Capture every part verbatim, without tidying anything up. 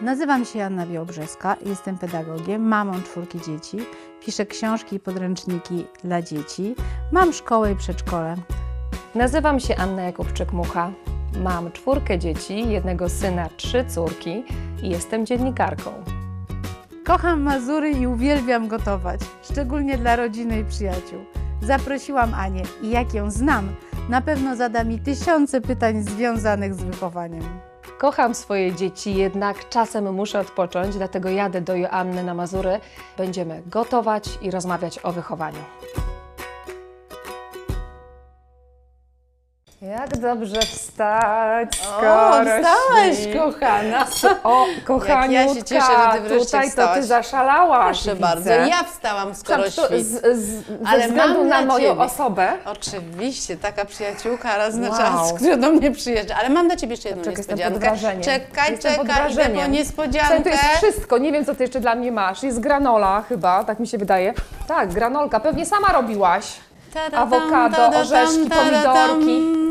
Nazywam się Anna Białobrzeska, jestem pedagogiem, mamą czwórki dzieci, piszę książki i podręczniki dla dzieci, mam szkołę i przedszkole. Nazywam się Anna Jakubczyk-Mucha, mam czwórkę dzieci, jednego syna, trzy córki i jestem dziennikarką. Kocham Mazury i uwielbiam gotować, szczególnie dla rodziny i przyjaciół. Zaprosiłam Anię i jak ją znam, na pewno zada mi tysiące pytań związanych z wychowaniem. Kocham swoje dzieci, jednak czasem muszę odpocząć, dlatego jadę do Joanny na Mazury. Będziemy gotować i rozmawiać o wychowaniu. Jak dobrze wstać, skoro O, wstałaś, śni. kochana. O, kochaniutka, Jak ja się cieszę, że ty wreszcie tutaj to wstałaś. ty zaszalałaś, Proszę widzę. bardzo, ja wstałam, skoro Tam, to śpi. z, z, Ale ze względu mam na dla moją ciebie. osobę. Oczywiście, taka przyjaciółka raz na Wow. czas, która do mnie przyjeżdża. Ale mam dla ciebie jeszcze jedną Czekaj, jestem pod niespodziankę. wrażeniem. Czekaj, Jestem pod czekaj, idę po wrażeniem. niespodziankę. To jest wszystko, nie wiem co ty jeszcze dla mnie masz. Jest granola chyba, tak mi się wydaje. Tak, granolka, pewnie sama robiłaś. Awokado, orzeszki, pomidorki.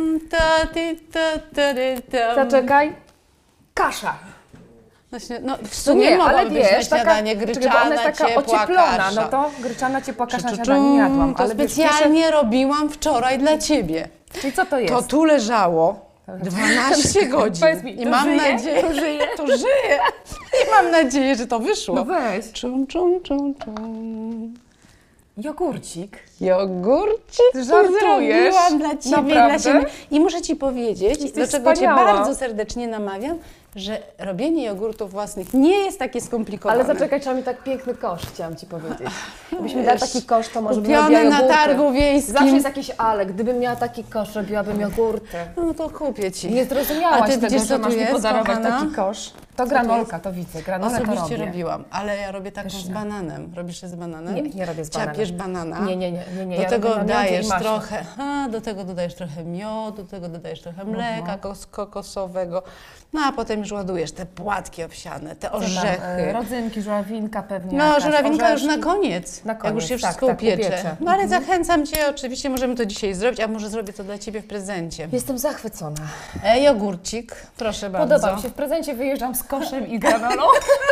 Zaczekaj. Kasza. Właśnie, no w To sumie nie, mogło ale być wiesz, na śniadanie taka, gryczana, czekaj, bo ona jest taka ciepła ocieplona, kasza. no to gryczana, ciepła kasza na Czu, czu, śniadanie nie jadłam. To Ale wiesz, specjalnie robiłam wczoraj dla ciebie. wiesz, czyli co to jest? To tu leżało dwanaście godzin. Powiedz mi, I to mam żyje? nadzieję, To żyje? to żyje. I mam nadzieję, że to wyszło. No weź. Czum, czum, czum, czum. Jogurcik. Jogurcik Ty żartujesz? zrobiłam dla Ciebie, dla Naprawdę? siebie. I muszę Ci powiedzieć, Jesteś do czego Cię wspaniała. bardzo serdecznie namawiam, że robienie jogurtów własnych nie jest takie skomplikowane. Ale zaczekaj, trzeba mi tak piękny kosz, chciałam Ci powiedzieć. Gdybyśmy dali taki kosz, to może bym Kupiony robiła na jogurty. targu wiejskim. Zawsze jest jakiś ale. Gdybym miała taki kosz, robiłabym jogurty. No to kupię Ci. Nie zrozumiałaś A ty tego, widzisz, że co tu masz mi jest, podarować kochana? taki kosz. To tu granolka, jest? to widzę. Granolę to Osobiście robię. robiłam, ale ja robię taką z Pyszne. bananem. Robisz je z bananem? Nie, nie robię z bananem. Ciapiesz banana. Nie, nie, nie. nie, nie. Do ja tego robię na miodzie i dajesz maśle. trochę, a, do tego dodajesz trochę miodu, do tego dodajesz trochę mleka kos kokosowego, no a potem już ładujesz te płatki owsiane, te Co tam, orzechy. e, Rodzynki, żurawinka pewnie. No, jakaś, żurawinka już na orzeszki. koniec, Na jak koniec, już się tak, wszystko tak, upiecze. upiecze. No ale zachęcam Cię, oczywiście możemy to dzisiaj zrobić, a może zrobię to dla Ciebie w prezencie. Jestem zachwycona. E, jogurcik, proszę bardzo. Podoba mi się. W prezencie wyjeżdżam z koszem i granolą.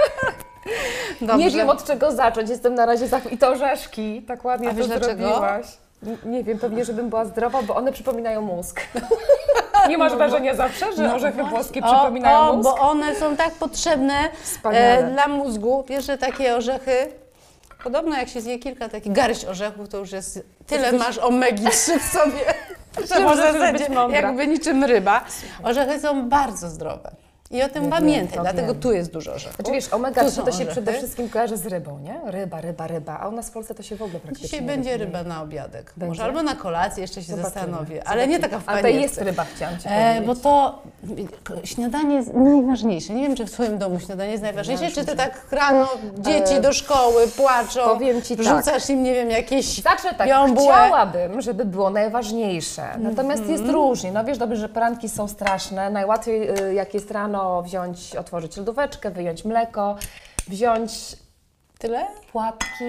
Dobrze. Nie wiem od czego zacząć, jestem na razie zachwycona. I to orzeszki, tak ładnie A to wiesz dlaczego? zrobiłaś. N- Nie wiem, pewnie żebym była zdrowa, bo one przypominają mózg. Nie masz wrażenia zawsze, że orzechy właśnie. włoskie O, przypominają o, mózg? bo one są tak potrzebne Wspaniale. e, dla mózgu. Wiesz, że takie orzechy, podobno jak się zje kilka takich garść orzechów, to już jest tyle Jesteś- masz omegi trzy w sobie, że Że w możesz już zasadzie być mądra. jakby niczym ryba. Orzechy są bardzo zdrowe. I o tym Ja pamiętaj, wiem, to dlatego wiem. tu jest dużo orzechów. Znaczy wiesz, omega Tu trzy są to się orzechy. przede wszystkim kojarzy z rybą, nie? Ryba, ryba, ryba. A u nas w Polsce to się w ogóle praktycznie Dzisiaj nie będzie robi. ryba na obiadek. Będzie? Może albo na kolację, jeszcze się Zobaczymy, zastanowię. Ale zobaczymy. nie taka w Ale to panience. jest ryba, chciałam Ci E, powiedzieć. bo to śniadanie jest najważniejsze. Nie wiem, czy w Twoim domu śniadanie jest najważniejsze, czy Ty tak rano dzieci E, do szkoły płaczą, powiem Ci tak. wrzucasz im, nie wiem, jakieś Znaczy tak, białą chciałabym, żeby było najważniejsze. Natomiast Mhm. jest różnie. No wiesz dobrze, że poranki są straszne. Najłatwiej y, jak jest rano wziąć, otworzyć lodóweczkę, wyjąć mleko, wziąć Tyle? płatki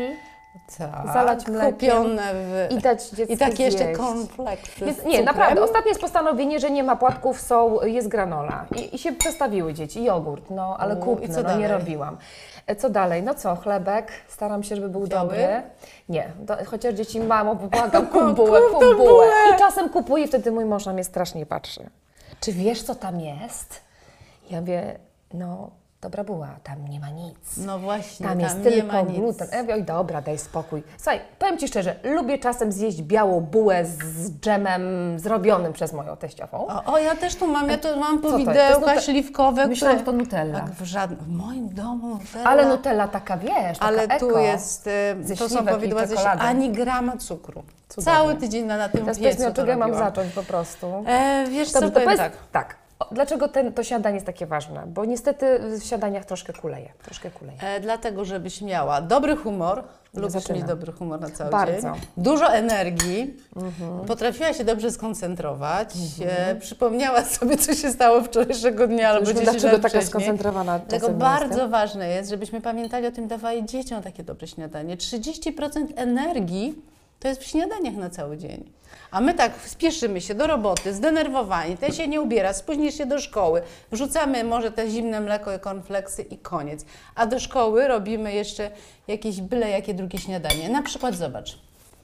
Tak. Zalać mlekiem Kupione w... i dać dziecku I takie jeszcze zjeść. cornflakesy Jest, z nie, cukrem. naprawdę. Ostatnie jest postanowienie, że nie ma płatków, są, jest granola. I, i się przestawiły dzieci. Jogurt, no ale U, kupny, i co no dalej? nie robiłam. E, Co dalej? No co, chlebek. Staram się, żeby był Biały? dobry. Nie, do, chociaż dzieci, mamo, błagam, kup bułę, Kup kup tą bułę. bułę. I czasem kupuję, wtedy mój mąż na mnie strasznie patrzy. Czy wiesz, co tam jest? Ja mówię, no dobra była, tam nie ma nic. No właśnie, Tam jest nie tylko ma nic. gluten. Ja mówię, oj dobra, daj spokój. Słuchaj, powiem Ci szczerze, lubię czasem zjeść białą bułę z dżemem zrobionym przez moją teściową. O, o, ja też tu mam, ja tu mam Co to jest? To powidełka jest nute- śliwkowe, Myślałam, że które... to Nutella. Tak, w żadnym... W moim domu Nutella... Ale Nutella taka, wiesz, taka Ale eko. tu jest, y, ze to są śliwek i powidła ze czekolady. ani grama cukru. Cudownie. Cały tydzień na, na tym Teraz piecu powiedz mi, od to czego ja mam robiłam. zacząć po prostu. E, wiesz Dobrze, co, to powiem powiedz tak. tak. O, dlaczego ten, to śniadanie jest takie ważne? Bo niestety w śniadaniach troszkę kuleje. Troszkę kuleje. E, dlatego, żebyś miała dobry humor, lubisz Zaczynam. mieć dobry humor na cały Bardzo. dzień, dużo energii, potrafiła się dobrze skoncentrować, e, przypomniała sobie, co się stało wczorajszego dnia albo Już wiem, dziesięć dlaczego lat taka wcześniej. skoncentrowana Dlatego czasem bardzo jestem. ważne jest, żebyśmy pamiętali o tym, dawali dzieciom takie dobre śniadanie. trzydzieści procent energii To jest w śniadaniach na cały dzień. A my tak spieszymy się do roboty, zdenerwowani, ten się nie ubiera, spóźnisz się do szkoły, wrzucamy może te zimne mleko i kornfleksy i koniec. A do szkoły robimy jeszcze jakieś byle jakie drugie śniadanie. Na przykład zobacz,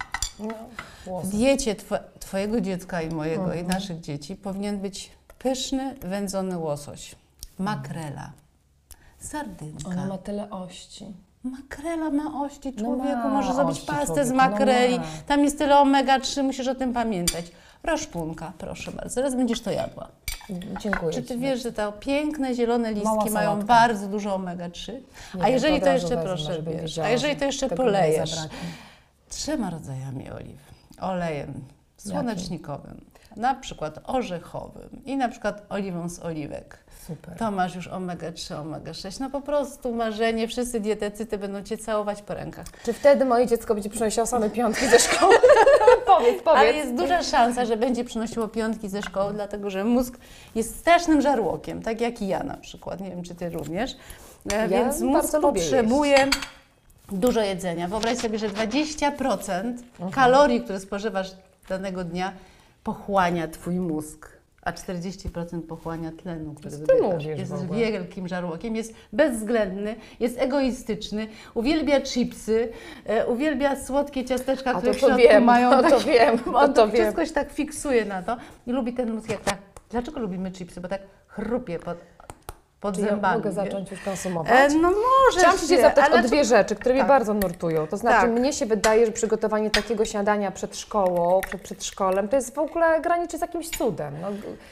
No, w diecie tw twojego dziecka i mojego Mhm. i naszych dzieci powinien być pyszny, wędzony łosoś, makrela, sardynka. ona ma tyle ości. Makrela ma ości, No człowieku, ma możesz zrobić ości, pastę człowieku, z no makreli, ma. tam jest tyle omega trzy, musisz o tym pamiętać. Roszpunka, proszę bardzo, zaraz będziesz to jadła. Dziękuję Czy ty ci. wiesz, że te piękne zielone Mała listki mają sałatka. bardzo dużo omega trzy? Nie A wiem, jeżeli od to razu jeszcze, wezmę, proszę, żebym wiesz, wiedziała, a jeżeli że to jeszcze tego nie polejesz zabraknie. trzema rodzajami oliw, olejem słonecznikowym, na przykład orzechowym i na przykład oliwą z oliwek. Super. To masz już omega trzy, omega sześć. No po prostu marzenie, wszyscy dietetycy będą Cię całować po rękach. Czy wtedy moje dziecko będzie przynosiło same piątki ze szkoły? powiedz, powiedz. Ale jest duża szansa, że będzie przynosiło piątki ze szkoły, dlatego że mózg jest strasznym żarłokiem, tak jak i ja na przykład. Nie wiem, czy Ty również. E, Więc mózg bardzo lubię potrzebuje dużo jedzenia. Wyobraź sobie, że dwadzieścia procent kalorii, które spożywasz danego dnia, pochłania Twój mózg, a czterdzieści procent pochłania tlenu, który Co ty wydychasz. mówisz Jest w ogóle? wielkim żarłokiem, jest bezwzględny, jest egoistyczny, uwielbia chipsy, e, uwielbia słodkie ciasteczka, A które to w to środku wiem, mają to to takie- wiem, to On to wiem. wszystko się tak fiksuje na to i lubi ten mózg jak tak. Dlaczego lubimy chipsy? Bo tak chrupie pod, pod Czy ja zębami. mogę wiesz? zacząć już konsumować? E, no możesz. Chciałam się Cię się, zapytać ale o dwie rzeczy, które mnie Tak. bardzo nurtują. To znaczy, Tak. mnie się wydaje, że przygotowanie takiego śniadania przed szkołą, przed przedszkolem, to jest w ogóle graniczy z jakimś cudem. No,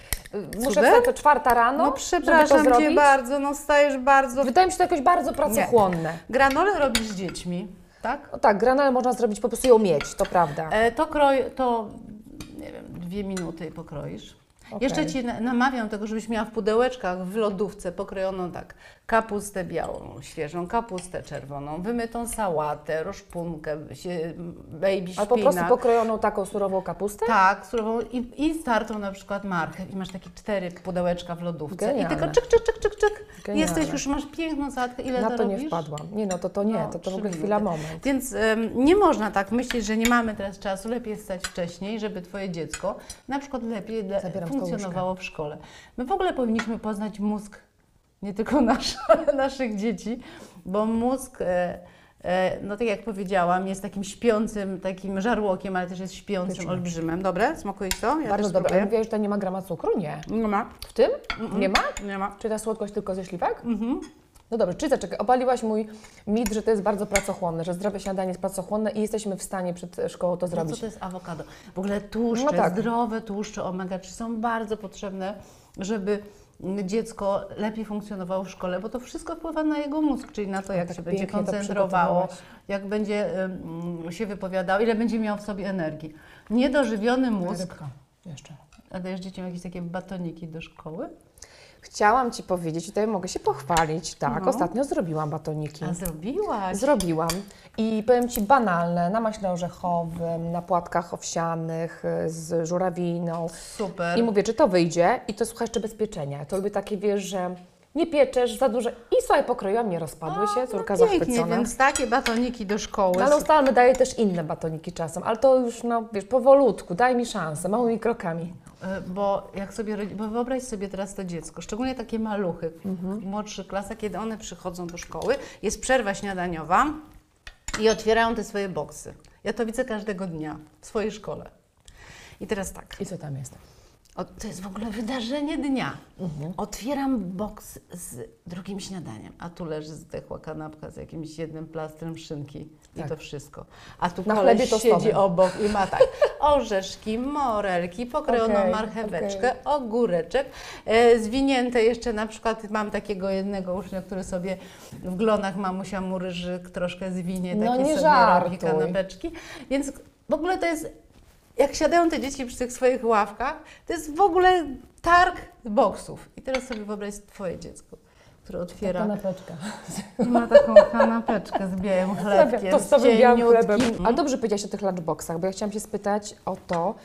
y, muszę Cudem? wstać o czwarta rano, No żeby to przepraszam zrobić. Cię bardzo, no stajesz bardzo... Wydaje mi się to jakoś bardzo pracochłonne. Granole robisz z dziećmi, tak? No tak, granolę można zrobić, po prostu ją mieć, to prawda. E, to kroj, to nie wiem, dwie minuty i pokroisz. Okej. Jeszcze Cię na- namawiam tego, żebyś miała w pudełeczkach w lodówce pokrojoną tak, kapustę białą, świeżą, kapustę czerwoną, wymytą sałatę, roszpunkę, sie- baby Ale po prostu szpinak. pokrojoną taką surową kapustę? Tak, surową i, i startą na przykład marchew i masz takie cztery pudełeczka w lodówce Genialne. i tylko czyk, czyk, czyk, czyk, czyk. Genialne. Jesteś już, masz piękną sałatkę. Ile Na to to nie robisz? wpadłam. Nie no, to to nie, No, to, to w trzy ogóle minuty. chwila, moment. Więc ym, nie można tak myśleć, że nie mamy teraz czasu, lepiej jest wstać wcześniej, żeby Twoje dziecko na przykład lepiej le, Zabieram funkcjonowało w szkole. My w ogóle powinniśmy poznać mózg nie tylko nasz, ale naszych dzieci, bo mózg, e, e, no tak jak powiedziałam, jest takim śpiącym, takim żarłokiem, ale też jest śpiącym Pyszne. olbrzymem. Dobre? Smakuje Ci to? Ja Bardzo też dobre. Ale spróbuję. mówiłaś, że to nie ma grama cukru? Nie. Nie ma. W tym? Nie ma? Nie ma. Czy ta słodkość tylko ze śliwek? Mhm. No dobrze, czyli zaczekaj, obaliłaś mój mit, że to jest bardzo pracochłonne, że zdrowe śniadanie jest pracochłonne i jesteśmy w stanie przed szkołą to No co zrobić. to jest awokado? W ogóle tłuszcze, No tak. zdrowe tłuszcze omega trzy są bardzo potrzebne, żeby dziecko lepiej funkcjonowało w szkole, bo to wszystko wpływa na jego mózg, czyli na to, jak tak się będzie pięknie to koncentrowało, przygotowałaś. jak będzie ym, się wypowiadał, ile będzie miał w sobie energii. Niedożywiony mózg. Rybka jeszcze. A dajesz dzieciom jakieś takie batoniki do szkoły? Chciałam Ci powiedzieć, tutaj mogę się pochwalić, tak, No. ostatnio zrobiłam batoniki. A zrobiłaś? Zrobiłam i powiem Ci banalne, na maśle orzechowym, na płatkach owsianych y, z żurawiną. Super. I mówię, czy to wyjdzie i to słuchaj jeszcze bezpieczenia. Ja to lubię takie, wiesz, że nie pieczesz za duże i słuchaj, pokroiłam, nie rozpadły się, córka no pięknie, zachwycona. więc takie batoniki do szkoły. No, ale ustalmy, daję też inne batoniki czasem, ale to już, no wiesz, powolutku, daj mi szansę, małymi krokami. E, Bo jak sobie, rodzi- bo wyobraź sobie teraz to dziecko, szczególnie takie maluchy w młodszych klasach, kiedy one przychodzą do szkoły, jest przerwa śniadaniowa i otwierają te swoje boksy. Ja to widzę każdego dnia w swojej szkole. I teraz tak, I co tam jest? o, to jest w ogóle wydarzenie dnia. Otwieram boks z drugim śniadaniem, a tu leży zdechła kanapka z jakimś jednym plastrem szynki Tak. i to wszystko. A tu Na koleś chlebie tostowym. siedzi obok i ma tak orzeszki, morelki, pokrojoną Okej, marcheweczkę, ogóreczek, e, zwinięte jeszcze na przykład, mam takiego jednego ucznia, który sobie w glonach mamusia mu ryżyk troszkę zwinie, No takie nie sobie żartuj. robi kanapeczki, więc w ogóle to jest, jak siadają te dzieci przy tych swoich ławkach, to jest w ogóle targ boksów. I teraz sobie wyobraź Twoje dziecko, które otwiera Kanapeczka. i ma taką kanapeczkę z białym chlebkiem, To z z tobą białym cieniutkim. chlebem. Ale dobrze powiedziałaś o tych lunchboxach, bo ja chciałam się spytać o to,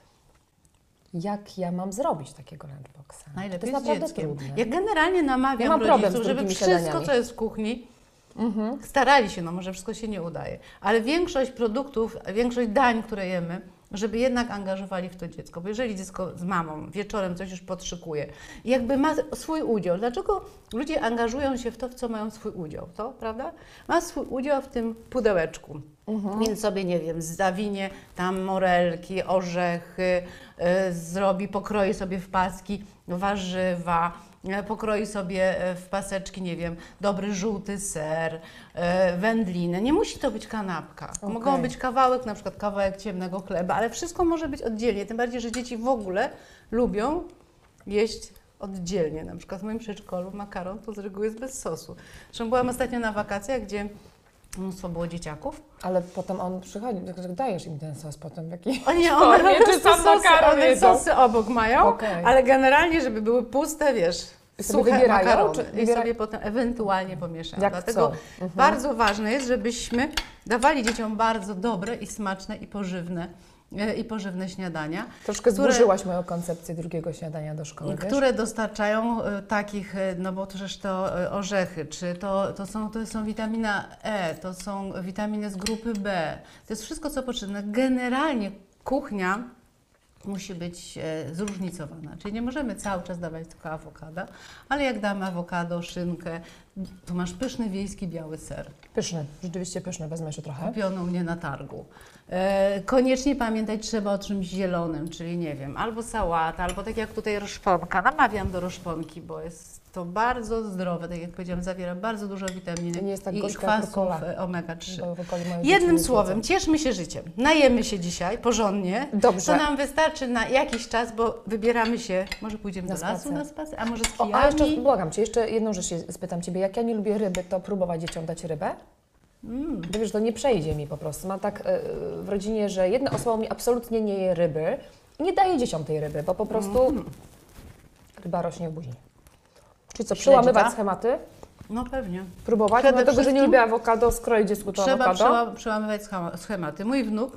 jak ja mam zrobić takiego lunchboxa. Najlepiej to jest z naprawdę dzieckiem. trudne. Ja generalnie namawiam Ja mam problem rodziców, z żeby drugimi wszystko, śniadaniami. co jest w kuchni, Mhm. Starali się, no może wszystko się nie udaje, ale większość produktów, większość dań, które jemy, żeby jednak angażowali w to dziecko, bo jeżeli dziecko z mamą wieczorem coś już podszykuje i jakby ma swój udział, dlaczego ludzie angażują się w to, w co mają swój udział, to prawda? Ma swój udział w tym pudełeczku, mhm. Więc sobie, nie wiem, zawinie tam morelki, orzechy, yy, zrobi, pokroi sobie w paski warzywa, pokroi sobie w paseczki, nie wiem, dobry żółty ser, wędliny. Nie musi to być kanapka. Okay. Mogą być kawałek, na przykład kawałek ciemnego chleba, ale wszystko może być oddzielnie. Tym bardziej, że dzieci w ogóle lubią jeść oddzielnie. Na przykład w moim przedszkolu makaron to z reguły jest bez sosu. Zresztą byłam ostatnio na wakacjach, gdzie mnóstwo było dzieciaków. Ale potem on przychodzi, dajesz im ten sos potem w jakiejś O nie, one formie, czy sam sosy, makaron one jedzą? sosy obok mają, Okay. ale generalnie, żeby były puste, wiesz, I suche wybierają, makarony czy i wybiera... sobie potem ewentualnie pomieszają. Jak Dlatego mhm. bardzo ważne jest, żebyśmy dawali dzieciom bardzo dobre i smaczne i pożywne i pożywne śniadania. Troszkę które, zburzyłaś moją koncepcję drugiego śniadania do szkoły, które wiesz? dostarczają takich, no bo przecież to orzechy, czy to, to, są, to są witamina E, to są witaminy z grupy B, to jest wszystko, co potrzebne. Generalnie kuchnia musi być e, zróżnicowana, czyli nie możemy cały czas dawać tylko awokado, ale jak damy awokado, szynkę, to masz pyszny wiejski biały ser. Pyszny, rzeczywiście pyszny, wezmę jeszcze trochę. Kupiony u mnie na targu. E, koniecznie pamiętać trzeba o czymś zielonym, czyli nie wiem, albo sałata, albo tak jak tutaj roszponka. Namawiam do roszponki, bo jest to bardzo zdrowe, tak jak powiedziałam, zawiera bardzo dużo witaminy nie jest tak i kwasów omega trzy. Jednym słowem, cieszmy się życiem. Najemy się dzisiaj porządnie. Dobrze. To nam wystarczy na jakiś czas, bo wybieramy się, może pójdziemy na do lasu spacer. na spacer, a może z kijami. O, a jeszcze, błagam Cię, jeszcze jedną rzecz się spytam Ciebie. Jak ja nie lubię ryby, to próbować dzieciom dać rybę? Mm. Bo wiesz, to nie przejdzie mi po prostu. Mam tak yy, w rodzinie, że jedna osoba mi absolutnie nie je ryby i nie daje dzieciom tej ryby, bo po prostu mm. ryba rośnie w buzi. Czyli co, przełamywać schematy? No pewnie. Próbować, Przede dlatego, że nie lubię awokado, skroić dziecku to trzeba awokado. Trzeba przełamywać schematy. Mój wnuk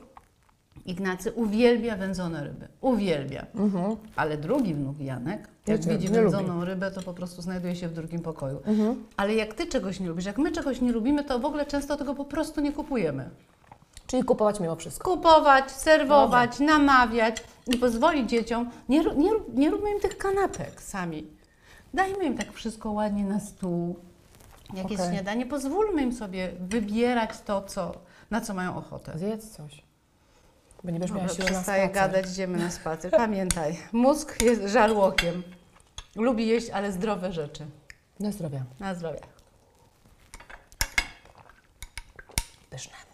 Ignacy uwielbia wędzone ryby. Uwielbia. Mhm. Ale drugi wnuk Janek, jak Wiecie, widzi wędzoną lubi. rybę, to po prostu znajduje się w drugim pokoju. Mhm. Ale jak Ty czegoś nie lubisz, jak my czegoś nie lubimy, to w ogóle często tego po prostu nie kupujemy. Czyli kupować mimo wszystko. Kupować, serwować, Dobrze. namawiać i pozwolić dzieciom, nie, nie, nie róbmy im tych kanapek sami. Dajmy im tak wszystko ładnie na stół, jakieś okay. śniadanie, pozwólmy im sobie wybierać to, co, na co mają ochotę. Zjedz coś. Bo nie będziesz miała siły na Przestaję gadać, idziemy na spacer. Pamiętaj, mózg jest żarłokiem. Lubi jeść, ale zdrowe rzeczy. Na zdrowie. Na zdrowie. Pyszne.